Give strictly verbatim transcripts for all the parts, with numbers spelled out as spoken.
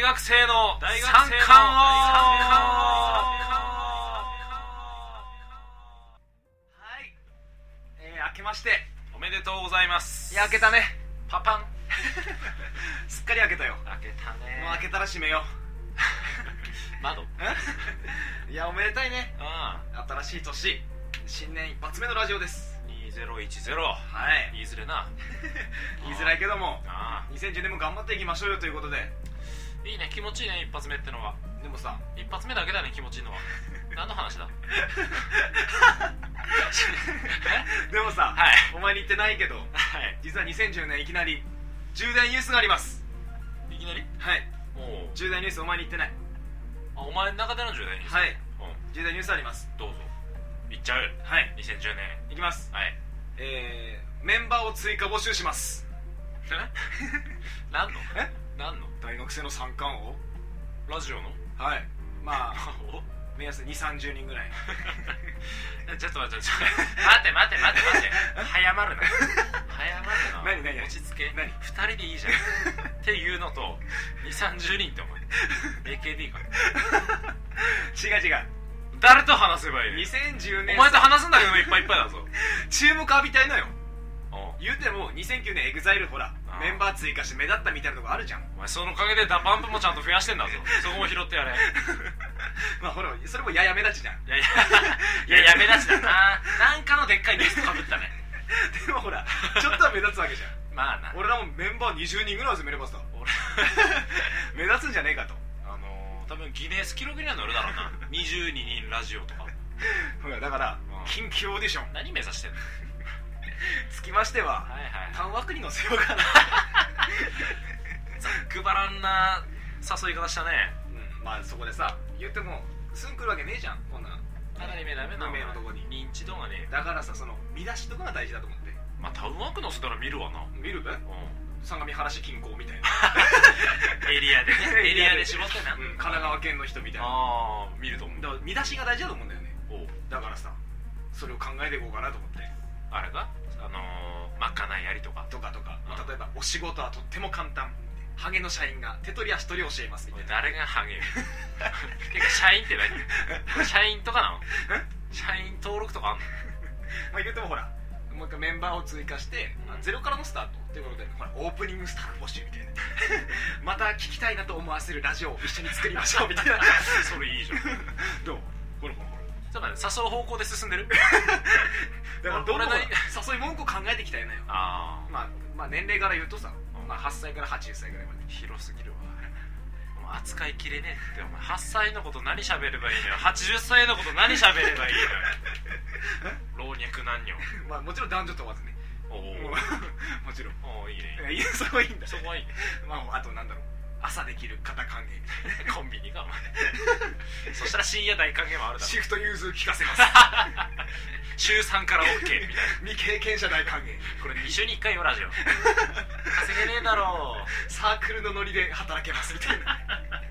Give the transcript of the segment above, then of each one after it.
学生の大学三生の冠王。 はい、えー、明けましておめでとうございます。 いや、明けたね。 パパンすっかり明けたよ。 開けたね。 もう明けたら閉めよう窓いや、おめでたいね。 ああ、新しい年、新年一発目のラジオです。 にせんじゅう。 はい、 言いづれな言いづらいけども、 あにせんじゅうねんも頑張っていきましょうよということで。 いいね、気持ちいいね、一発目ってのは。 でもさ、 一発目だけだね、気持ちいいのは。何の話だでもさ、 はい、 お前に言ってないけど、 はい、 実はにせんじゅうねんいきなり重大ニュースがあります。 いきなり。 はい、 お重大ニュースお前に言ってない。 あ、お前の中での重大ニュース。 はい、 うん、 重大ニュースあります。 どうぞ言っちゃう。 はい、 にせんじゅうねんいきます。 はい、 えー、メンバーを追加募集します。 え何のえ何の大学生の三冠王。 ラジオの。 はい、まあお目安にじゅう、さんじゅうにんぐらいちょっと待ってちょっと待って待って待って待って早まるな早まるな。 何何落ち着け。 何ふたりでいいじゃんっていうのとにじゅう、さんじゅうにんってお前 エーケーディー か違う違う、 誰と話せばいいの。 にせんじゅうねんお前と話すんだけどいっぱいいっぱいだぞ。 注目浴びたいのよ。 お言うてもにせんきゅうねんエグザイルほらあメンバー追加して目立ったみたいなとこあるじゃん。 お前そのおかげでダパンプもちゃんと増やしてんだぞ。そこも拾ってやれまあほら、それもやや目立ちじゃん。 いやいやいややめだちだな。なんかのでっかいニュースかぶったねでもほらちょっとは目立つわけじゃん。 まあな、 俺らもメンバーにじゅうにんぐらい集めればさ俺目立つんじゃねえかと。 あのー、多分ギネス記録には乗るだろうなにじゅうににんラジオとか。 ほらだから、 うん、 緊急オーディション何目指してんのつきましては、 はいはい、 単枠に載せようかなざっくばらんな誘い方したね。 うん、まあそこでさ言ってもすん来るわけねえじゃん、こんな当たり前ダメな無名のとこに認知度がねえ。 だからさ、その見出しとかが大事だと思って。 まあタウンワーク載せたら見るわな。 見るべ、 うん、 相模原市近郊みたいなエリアでねエリアで絞ってな、 うん、神奈川県の人みたいな。 ああ見ると思う。 だから見出しが大事だと思うんだよね。 おだからさ、それを考えていこうかなと思って。 あれがあのー、まかないやりとかとかとか、 うん、 例えばお仕事はとっても簡単、ハゲの社員が手取り足取り教えますみたいな。 誰がハゲるてか社員って何社員とかなの社員登録とかあんのまあ言ってもほら、もう一回メンバーを追加して、うん、ゼロからのスタートっていうことで、ほらオープニングスタッフ募集みたいなまた聞きたいなと思わせるラジオを一緒に作りましょうみたいなそれいいじゃんどう。ほらほらほら、 ちょっと待って、誘う方向で進んでるだからどんどん誘い文句を考えていきたいのよ。 あ、 まあ、まあ年齢から言うとさ、まあ、はっさいからはちじゅっさいぐらいまで。 広すぎるわ。お前扱いきれねえって。お前はっさいのこと何喋ればいいのよ。はちじゅっさいのこと何喋ればいいのよ老若男女。 まあもちろん男女問わずね。 おおもちろん。 おおいいね。 いや、そこはいいんだ。 そこはいいね。 まああとなんだろう、朝できる方歓迎みたいなコンビニかお前そしたら深夜大歓迎もあるだろ。 シフト融通聞かせます週さんから OK みたいな。 未経験者大歓迎。 これに週にいっかいよラジオ稼げねえだろう。 サークルのノリで働けますみたいな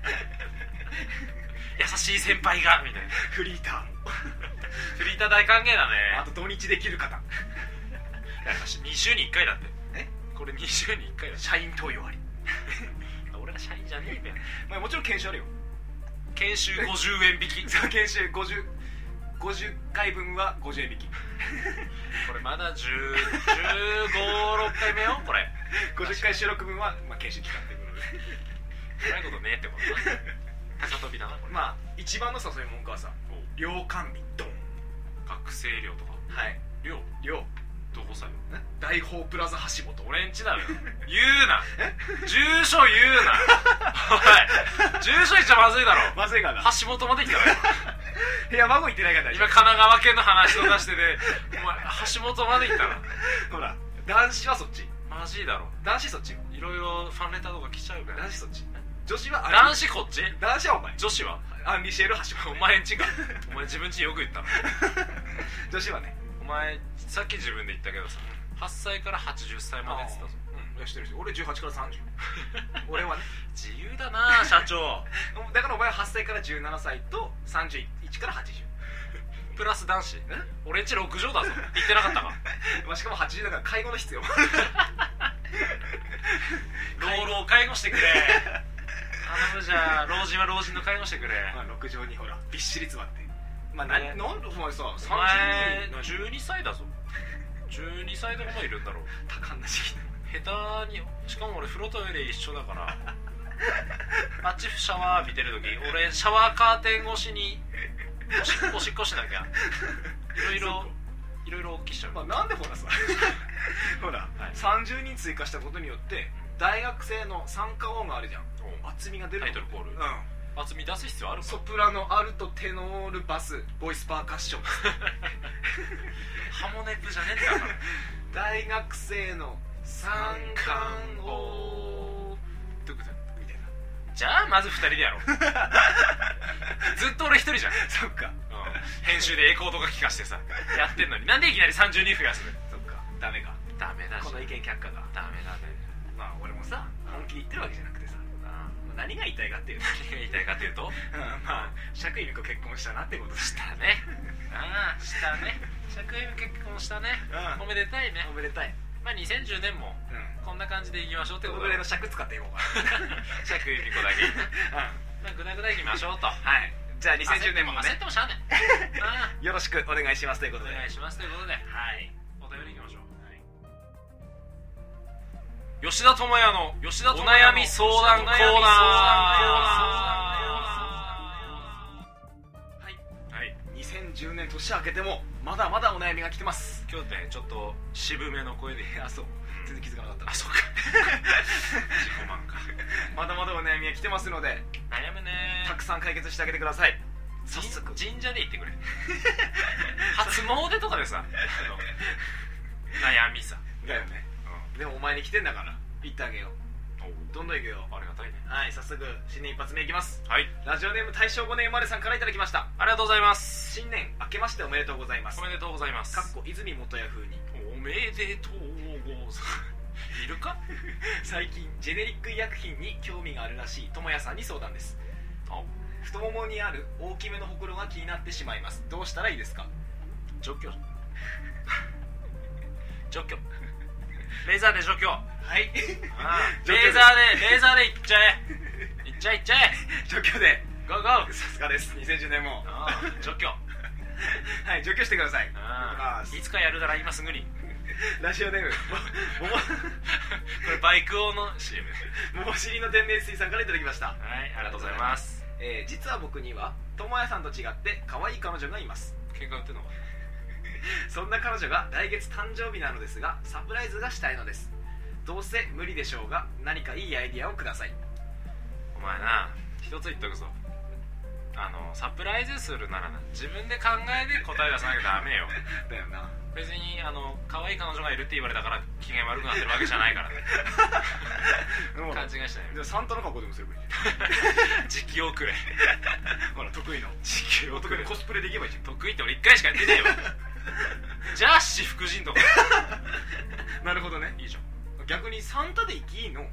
優しい先輩がみたいな。 フリーターフリーター大歓迎だね。 あと土日できる方に週にいっかいだって。 えこれに週にいっかいだって。 社員登用あり俺が社員じゃねえべ。 まあもちろん研修あるよ。 研修ごじゅうえん引きそう、研修ごじゅう、ごじゅっかいぶんはごじゅうえん引きこれまだじゅう、じゅうご、ろっかいめよこれ。 ごじゅっかい収録分は、まあ、研修期間ということでうまいことねえってことだ高飛びだなこれ。 まあ一番の誘い文句はさ、寮管理ドン。 学生寮とか。 はい、 寮寮どこさよ。 大宝プラザ橋本。 俺んちだよ言うな住所言うなおい住所言っちゃまずいだろ。 まずいかな。 橋本まで来たよ部屋番号言ってないから今神奈川県の話を出しててお前橋本まで行ったなほら、男子はそっち。 マジだろ。 男子そっちよ。 いろいろファンレターとか来ちゃうから男子そっち。女子は男子こっち。 男子はお前。 女子はアンリシエル橋本。 お前んちかお前自分ちよく言ったの女子はね。 お前さっき自分で言ったけどさ、はっさいからはちじゅっさいまでって言ったぞ。 うん、いやしてるし、俺じゅうはちからさんじゅう俺はね自由だな社長だからお前ははっさいからじゅうななさいとさんじゅういちからはちじゅうプラス男子。俺んちろく畳だぞ言ってなかったかまあしかもはちじゅうだから介護の必要老老介護してくれ頼むじゃあ老人は老人の介護してくれ。 まあ、ろくじょうにほらびっしり詰まって、まあ、なねなんでお前さおさん前じゅうにんじゅうにさいだぞ。じゅうにさいの子もいるんだろう。 多感な時期だ下手に、しかも俺風呂トイレ一緒だからあっちシャワー浴びてる時俺シャワーカーテン越しにおしおしっこしなきゃいろいろいろいろ大きしちゃう、 まあ、なんでほらさほら、はい、さんじゅうにん追加したことによって大学生の三加音があるじゃん、厚みが出るタイトルコール、 うん、 厚み出す必要あるか。 ソプラノ、アルト、テノール、バス、ボイスパーカッションハモネプじゃねえんだから大学生の三冠王ドゥクドゥみたいな。 じゃあまずふたりでやろうずっと俺一人じゃん。 そっか、うん、 編集でエコーとか聞かしてさやってんのになんでいきなりさんじゅうに増やすの。 そっか、ダメか。 ダメだし、 この意見却下がダメだね。 まあ俺もさ本気で言ってるわけじゃなくてさ、何が言いたいかっていうと何が言いたいかっていうと、 うん、まあ釈由美子結婚したなってことしたね。ああしたね。釈由美結婚したね、うん、おめでたいね。 おめでたい。 まあにせんじゅうねんもこんな感じでいきましょうってことで、 このぐらいの尺使っていこうか釈由美子だけに、うん、まあグダグダいきましょうと。 はい、じゃあにせんじゅうねんもね焦ってもしゃあないよろしくお願いしますということで、 お願いしますということで、 はい、 お便りいきましょう。吉田智也の吉田お悩み相談コーナー。 はいはい、にせんじゅうねん年明けてもまだまだお悩みが来てます。 今日ねちょっと渋めの声であ、そう、全然気づかなかった。 あ、そうか自己満かまだまだお悩みが来てますので、 悩むね。 たくさん解決してあげてください。早速神社で言ってくれ初詣とかでさ悩みさだよね、うん、でもお前に来てんだから言ってあげよう。どんどんいくよ。 ありがたいね。 はい、早速新年一発目いきます。 はい。 ラジオネーム大正ごねん生まれさんからいただきました。 ありがとうございます。 新年明けましておめでとうございます。 おめでとうございます。 かっこ泉元也風におめでとうございますいるか最近ジェネリック医薬品に興味があるらしい智也さんに相談です。 あ、 太ももにある大きめのほくろが気になってしまいます。どうしたらいいですか？ 除去除去レーザーで除去。 はいああレーザーでレーザーでいっちゃえいっちゃえいっちゃえ除去でゴーゴー。 さすがです。にせんじゅうねんもああ除去はい除去してください。 ああいつかやるから今すぐに。 ラジオネームももこれバイク王の シーエムももしりの天然水さんからいただきました。 はい、ありがとうございます。 えー、実は僕には智也さんと違って可愛い彼女がいます。 喧嘩売ってんのかそんな彼女が来月誕生日なのですが、サプライズがしたいのです。どうせ無理でしょうが、何かいいアイディアをください。 お前な、一つ言っとくぞ。あのサプライズするならな、自分で考えて答え出さなきゃダメよだよな。 別にあの可愛い彼女がいるって言われたから機嫌悪くなってるわけじゃないからね勘違いしないよ。 サンタの格好でもすればいい時期遅れほら得意の時期遅れコスプレできればいいじゃん。 得意って俺いっかいしかやってねえよじゃあ七福神とかなるほどね、 いいじゃん。 逆にサンタで生きいの、うん、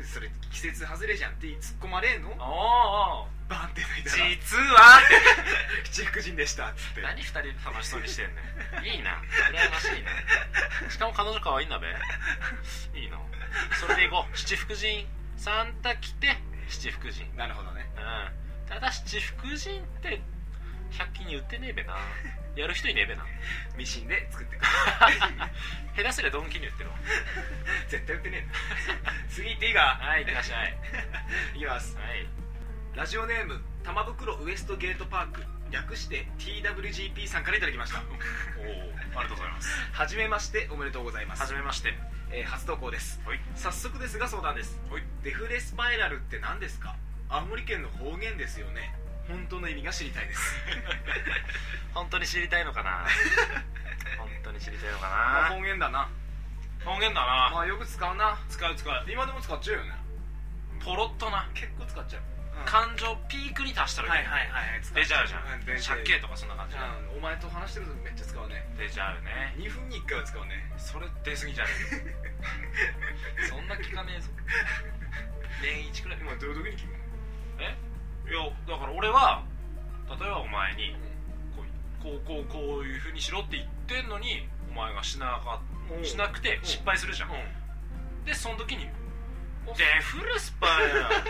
それ季節外れじゃんって突っ込まれんの。 おーおーバンって抜いたら実はって七福神でしたっつって。 何二人で楽しそうにしてんねん。いいな、羨ましいな。しかも彼女可愛いんだべ。いいな。それでいこう。七福神サンタ来て七福神。 なるほどね。 うん。ただ七福神ってひゃく均に売ってねえべな。やる人いねえべな。 ミシンで作ってくる下手すりゃドンキに売ってるわ絶対売ってねえんだ次行っていいか。 はい、いってらっしゃいいきます。 はい。 ラジオネーム玉袋ウエストゲートパーク、略して ティーダブリュージーピー さんからいただきました。おお、 ありがとうございます。 はじめましておめでとうございます。 はじめまして、 えー、初投稿です。 はい。 早速ですが相談です。はい。デフレスパイラルって何ですか？青森県の方言ですよね。本当の意味が知りたいです本当に知りたいのかな本当に知りたいのかな、 まあ、方言だな。 方言だな。 まあよく使うな。 使う使う。 今でも使っちゃうよね。 ポロッとな。 結構使っちゃう、うん、 感情ピークに達したらはいはいはい、 出ちゃうじゃん。借景とかそんな感じ、 うん、お前と話してるとめっちゃ使うね。 出ちゃうね。 にふんにいっかいは使うね。 それ出過ぎじゃねえそんな聞かねえぞ年一くらい。 今どういう時に聞くの？ えいやだから俺は例えばお前にこうこうこうこういう風にしろって言ってんのにお前がしなかしなくて失敗するじゃん、うん、でその時にデフレスパイ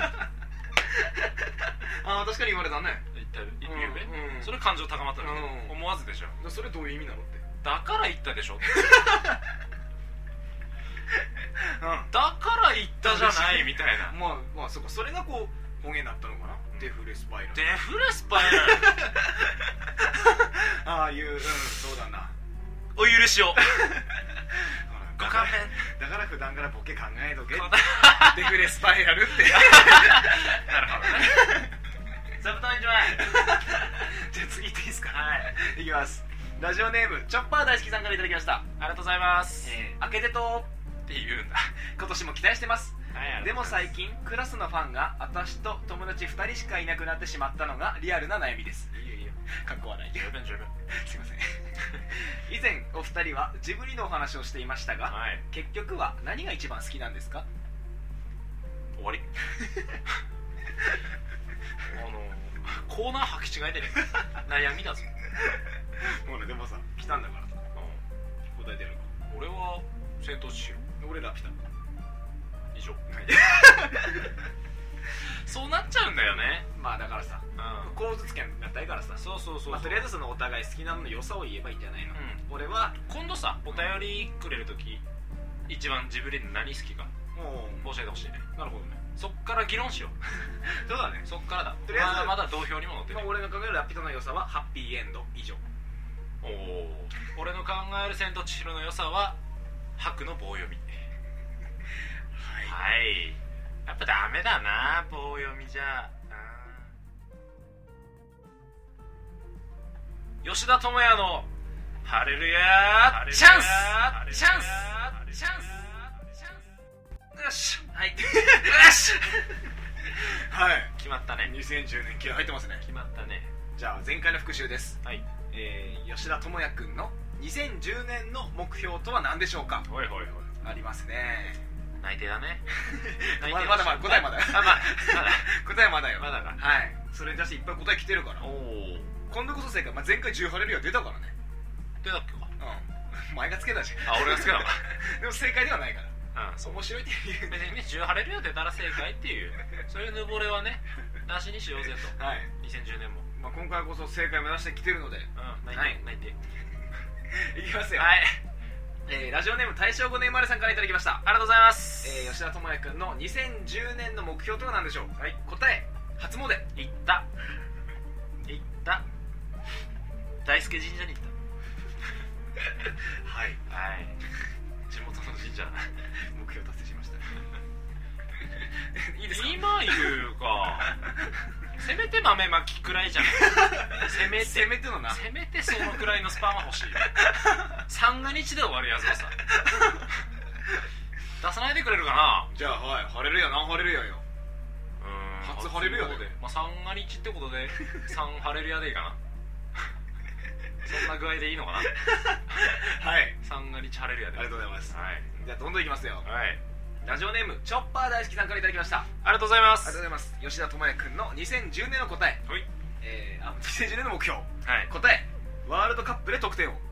ああ確かに言われたね。 言った言うべ、 うんうん、 それ感情高まったの、 うん、 思わずでしょ。 それどういう意味なのって。 だから言ったでしょ、うん、 だから言ったじゃないみたいな。 まあまあそうか、それがこう方言だったのかな、うん、デフレスパイラル。 デフレスパイラルああいう、うん、そうだな、 お許しをご勘弁。 だから普段からボケ考えとけデフレスパイラルってなるほどね。座布団一枚じゃあ次いっていいですか。 はい、 いきます。ラジオネームチョッパー大好きさんからいただきました。 ありがとうございます。 えー、開けてとって言うんだ。 今年も期待してます。 はい、 でも最近クラスのファンが私と友達ふたりしかいなくなってしまったのがリアルな悩みです。 いいよいいよ、 かっこ笑い。 十分十分すいません以前お二人はジブリのお話をしていましたが、 はい、 結局は何が一番好きなんですか。 終わりあのコーナー履き違えてね悩みだぞ。 もうね、でもさ来たんだからさ、うん、答えてやるか。 俺は千と千尋。 俺ラピュタ以上、はい、そうなっちゃうんだよね。 まあだからさ、うん、構図つけになったいからさ、 そうそうそうそう、 まあ、とりあえずそのお互い好きなのの良さを言えばいいんじゃないの、うん、俺は今度さお便りくれるとき、うん、一番ジブリで何好きか教えてほしいね。 なるほどね。 そっから議論しようそうだね、 そっからだ。 とりあえずまだ同票にも載ってる、 まあ、俺が考えるラピュタの良さはハッピーエンド以上。 おお、俺の考える千と千尋の良さは白の棒読み。はい、はい、やっぱダメだな棒読みじゃ。吉田智也のハレルヤチャンスチャンスチャンス。よし、はいよしはい、 決まったね。 にせんじゅうねん気合入ってますね。 決まったね。 じゃあ前回の復習です。 はい、 えー、吉田智也くんのにせんじゅうねんの目標とは何でしょうか。 ほいほいほい、 ありますね。 内定だねまだまだまだ答えまだよ。 あ、まあ、まだ答えまだよ。 まだか。 はい、それに対していっぱい答え来てるから。おお、今度こそ正解。まあ、前回じゅうハレルヤ出たからね。 出たっけか。 うん、前がつけたじゃん。 あ、俺がつけたのかでも正解ではないから。 うん、そう、 面白いっていう別にね、じゅうハレルヤ出たら正解っていうそういうぬぼれはねなしにしようぜと。はい、にせんじゅうねんも、 まあ、今回こそ正解目指してきてるので、うん、 内定、 はい、 内定いきますよ。 はい、 えー、ラジオネーム大正ごねん生まれさんからいただきました。 ありがとうございます。 えー、吉田智也くんのにせんじゅうねんの目標とは何でしょう。はい、答え初詣。 行った行った大輔神社に行ったはいはい、地元の神社目標達成しましたいいですか。 今言うかせめて豆まきくらいじゃんせめてせめてのなせめてそのくらいのスパンは欲しいよ三が日で終わるやつをさ出さないでくれるかな。 じゃあ、はい、ハレルヤ何ハレルヤよ。うーん、初ハレルヤで、 まあ、三が日ってことで三ハレルヤでいいかなそんな具合でいいのかなはい、三が日ハレルヤで。 ありがとうございます。 はい、 じゃあどんどんいきますよ。 はい、 ラジオネームチョッパー大好きさんからいただきました。 ありがとうございます。 ありがとうございます。吉田智也くんのにせんじゅうねんの答え、はい、えー、あにせんじゅうねんの目標、はい、答えワールドカップで得点を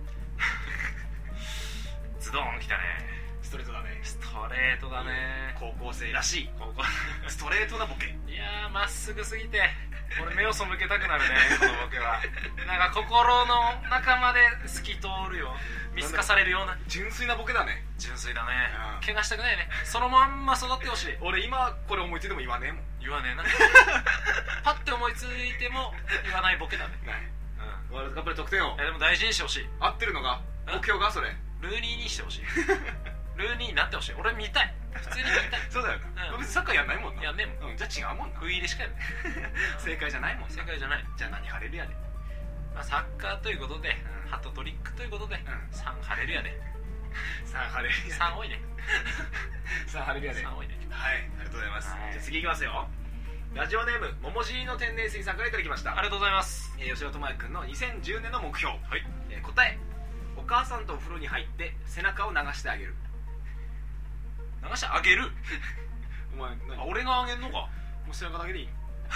ズドンきたね。 ストレートだね。 ストレートだね。 高校生らしい高校ストレートなボケ。 いやー、まっすぐすぎて俺目を背けたくなるねこのボケは。なんか心の中まで透き通るよ、見透かされるような純粋なボケだね。 純粋だね、うん、怪我したくないね。そのまんま育ってほしい。 俺今これ思いついても言わねえもん。 言わねえなパッて思いついても言わないボケだね。ない、 うん、ワールドカップで得点を。 でも大事にしてほしい。 合ってるのが目標がそれ。ルーニーにしてほしいルーニーになってほしい。俺見たい、普通に見たいそうだよな、うん、別にサッカーやんないもんな。 やんねえもん、 うん、じゃあ違うもんな。 ウイイレしかやん正解じゃないもんな。 正解じゃない。 じゃあ何ハレルヤで、 まあ、サッカーということで、うん、ハットトリックということで、うん、さんハレルヤでさんハレルヤさん多いねさんハレルヤでさん多いね。 はい、ありがとうございます。 はい、 じゃあ次いきますよ。ラジオネーム桃尻の天然水さんからいただきました。 ありがとうございます。 えー、吉田智也くんのにせんじゅうねんの目標、 はい、 えー、答えお母さんとお風呂に入って背中を流してあげる。 流してあげるお前あ、俺があげんのか。 もう背中だけでいい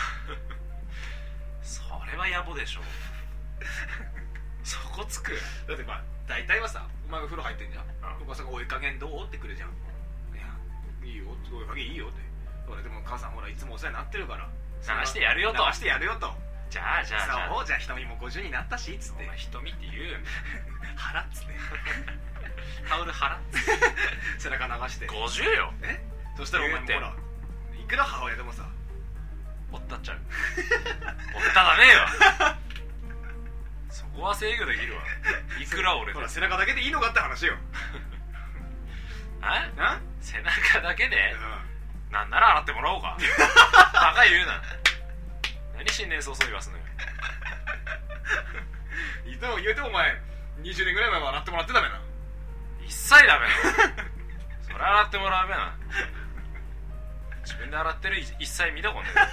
それは野暮でしょそこつく。 だってまあ大体はさ、お前が風呂入ってんじゃん、うん、お母さんがお湯加減どうってくるじゃん。いやいいよお湯かけいいよって。ほらでも母さんほらいつもお世話になってるから流してやるよと流してやるよと。 じゃあじゃあじゃあそうじゃあ瞳もごじゅうになったしっつってお前瞳って言う腹っつってタオル腹背中流してごじゅうよ。 えそしたらお前もほらいくら母親でもさおったっちゃうおっただねえわそこは制御できるわ。いくら俺でほら背中だけでいいのかって話よえな背中だけで、 うん、 なんなら洗ってもらおうかバカ言うな。何新年早々言わすのよ。 いつも言うてもお前にじゅうねんぐらい前は洗ってもらってたべな。 一切ダメだそれ洗ってもらうべな。自分で洗ってる一切見たことない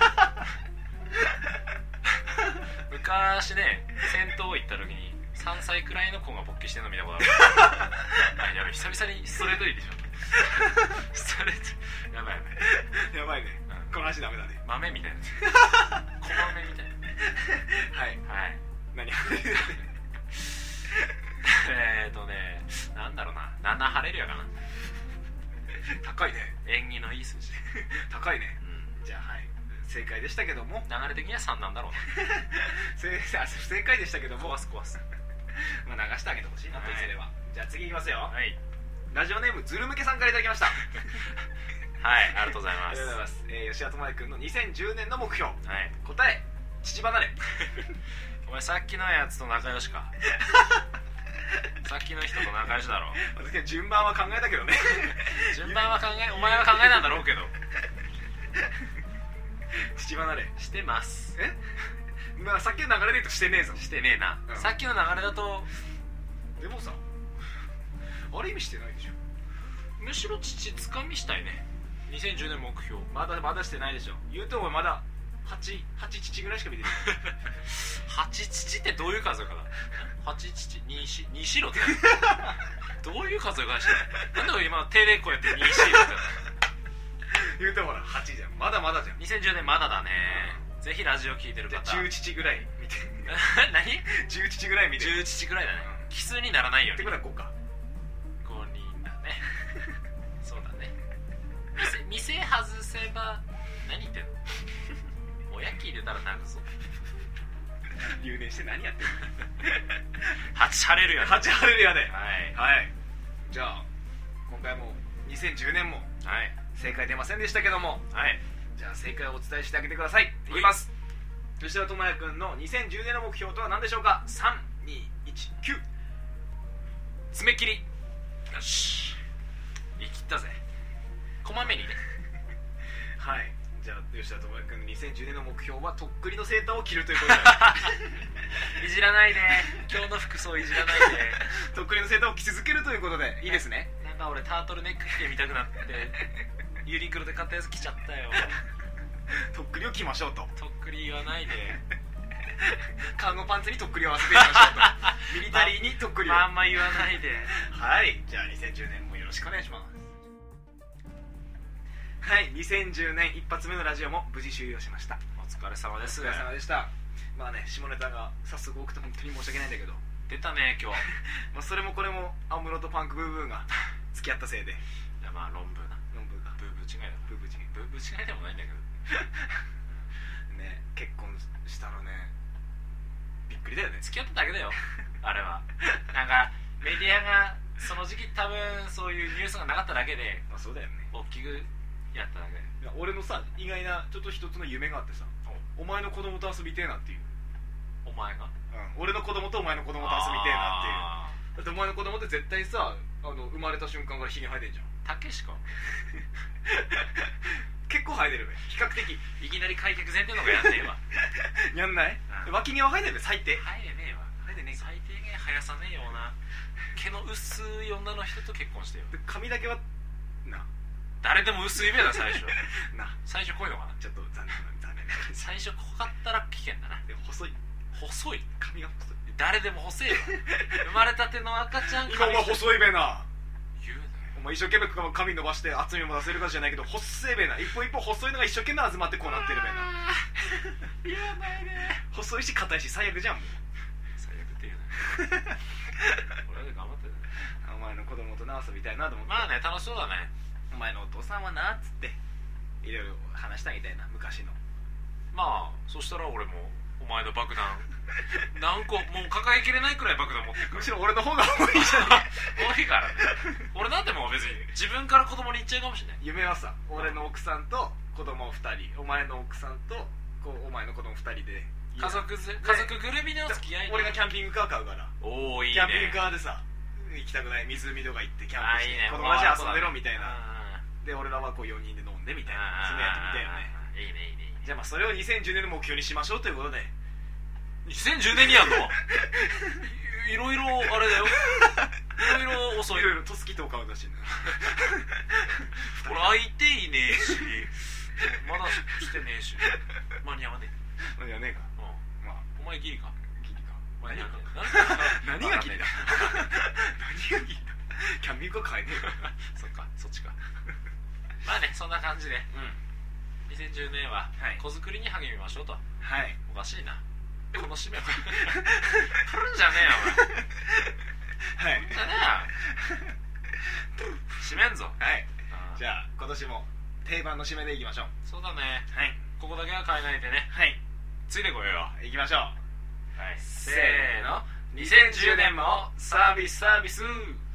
昔ね銭湯行った時にさんさいくらいの子が勃起してるの見たことあるあやべ久々にストレート入りでしょストレートやばいやばいやばいね、うん、この話ダメだね。 豆みたいな小豆みたいなはいはい何えーとねなんだろうなななハレルヤかな。 高いね縁起のいい数字高いね、 うん、 じゃあはい正解でしたけども流れ的にはさんなんだろうな正, 正解でしたけども壊す壊すまあ流してあげてほしいなといずれは、はい、じゃあ次いきますよ。 はいラジオネームズル向けさんからいただきましたはいありがとうございますありがとうございます、えー、吉田智也君のにせんじゅうねんの目標、 はい、 答え父離れお前さっきのやつと仲良しかさっきの人と仲良しだろ。 私は順番は考えたけどね順番は考えお前は考えたんだろうけど父離れしてます。 えまあさっきの流れで言うとしてねえぞ。 してねえな、うん、さっきの流れだとでもさあれ意味してないでしょ。 むしろ父つかみしたいね。にせんじゅうねん目標まだまだしてないでしょ。言うてもまだはち、はち父ぐらいしか見てないはち父ってどういう数え方？はち父にしにしろってどういう数え方してる？なんで今手でこうやってにしろって言うてもほらはちじゃん。まだまだじゃん。 にせんじゅうねんまだだね、うん、ぜひラジオ聞いてる方じゅう父ぐらい見て何？ じゅう父ぐらい見てじゅう父ぐらいだね、うん、奇数にならないように。 ってことはごかごにんだねそうだね。店外せば何言ってんの親聞いてたら泣くぞ留年して何やってんのはちハレルヤはちハレルヤで、 はい、 はい、じゃあ今回もにせんじゅうねんも、 はい、 正解出ませんでしたけども、 はい、 じゃあ正解をお伝えしてあげてください。いきます。吉田智也君のにせんじゅうねんの目標とは何でしょうか。さん、に、いち、きゅう。 爪切り。よし言い切ったぜ。こまめにねはい、じゃあ吉田智也君のにせんじゅうねんの目標はとっくりのセーターを着るということでいじらないで今日の服装いじらないでとっくりのセーターを着続けるということでいいですね。 なんか俺タートルネック着てみたくなってユニクロで買ったやつ着ちゃったよとっくりを着ましょうと。 とっくり言わないで看護パンツにとっくりを合わせていきましょうとミリタリーにとっくりをあんま言わないではい、じゃあにせんじゅうねんもよろしくお願いします。はい、にせんじゅうねん一発目のラジオも無事終了しました。 お疲れ様です。 お疲れ様でした。まあね、下ネタが早速多くて本当に申し訳ないんだけど出たね今日まあそれもこれも安室とパンクブーブーが付き合ったせいで。 いやまあ論文な論文がブーブー違いだブーブー違いブーブー違いでもないんだけどね、結婚したらねびっくりだよね。 付き合っただけだよあれはなんかメディアがその時期多分そういうニュースがなかっただけで、 まあそうだよね、 大きくやっただけ。 いや俺のさ意外なちょっと一つの夢があってさ、お前の子供と遊びてえなっていう。 お前が、 うん、俺の子供とお前の子供と遊びてえなっていう。だってお前の子供って絶対さあの生まれた瞬間からひげ生えてんじゃん。 たけしか結構生えてるべ比較的。 いきなり開脚前提の方がやんねえわやんない、うん、脇毛は生えてるべ最低。 生えねえわ。 生えてねえ。 最低限生やさねえような毛の薄い女の人と結婚してよ。 で髪だけはな誰でも薄いべだ最初な最初濃いのかな。 ちょっと残念残念最初濃かったら危険だな。 でも細い細い髪が細い。 誰でも細いよ生まれたての赤ちゃん今は細いべな。 言うなよ。 お前一生懸命髪伸ばして厚みも出せるかじゃないけど細いべな。一歩一歩細いのが一生懸命集まってこうなってるべな言わないで。 細いし硬いし最悪じゃんもう。 最悪って言うな俺で頑張ってるね。 お前の子供とな遊びたいなと思って。 まあね楽しそうだね。 お前のお父さんはなっつっていろいろ話してあげたいな、昔の。 まあそしたら俺もお前の爆弾何個もう抱えきれないくらい爆弾持ってるからむしろ俺の方が多いじゃね多いからね。俺なんてもう別に自分から子供に言っちゃうかもしれない。 夢はさ、俺の奥さんと子供ふたり、お前の奥さんとこうお前の子供ふたりで家族ぜ家族ぐるみの付き合い。 俺がキャンピングカー買うから、 おおいいね。 キャンピングカーでさ、行きたくない湖とか行ってキャンプしてあいいね、 子供たち遊んでろみたいな。 あで俺らはこうよにんで飲んでみたいな、そのやってみたいよね。 いいねいいねいいね。 じゃあまあそれをにせんじゅうねんの目標にしましょうということで。 にせんじゅうねんにやんのいろいろあれだよ、いろいろ遅い。 いろいろトスキと買うだしね俺相手いねえしまだしてねえし間に合わねえ。 間に合わねえか。 うん、まあお前ギリか。 ギリか。 間に合わねえ。 何がギリだ何がギリだキャンピングカー買えねえかそっかそっちか。まあね、そんな感じで、うん、にせんじゅうねんは子作りに励みましょうと。 はい。 おかしいなこの締め振るんじゃねえよお前。はい。じゃねえよ締めんぞ。 はい。じゃあ今年も定番の締めでいきましょう。 そうだね。 はい。 ここだけは変えないでね。 はい。 ついてこいよ。 いきましょう。 はい。 せーの。にせんじゅうねんもサービスサービス。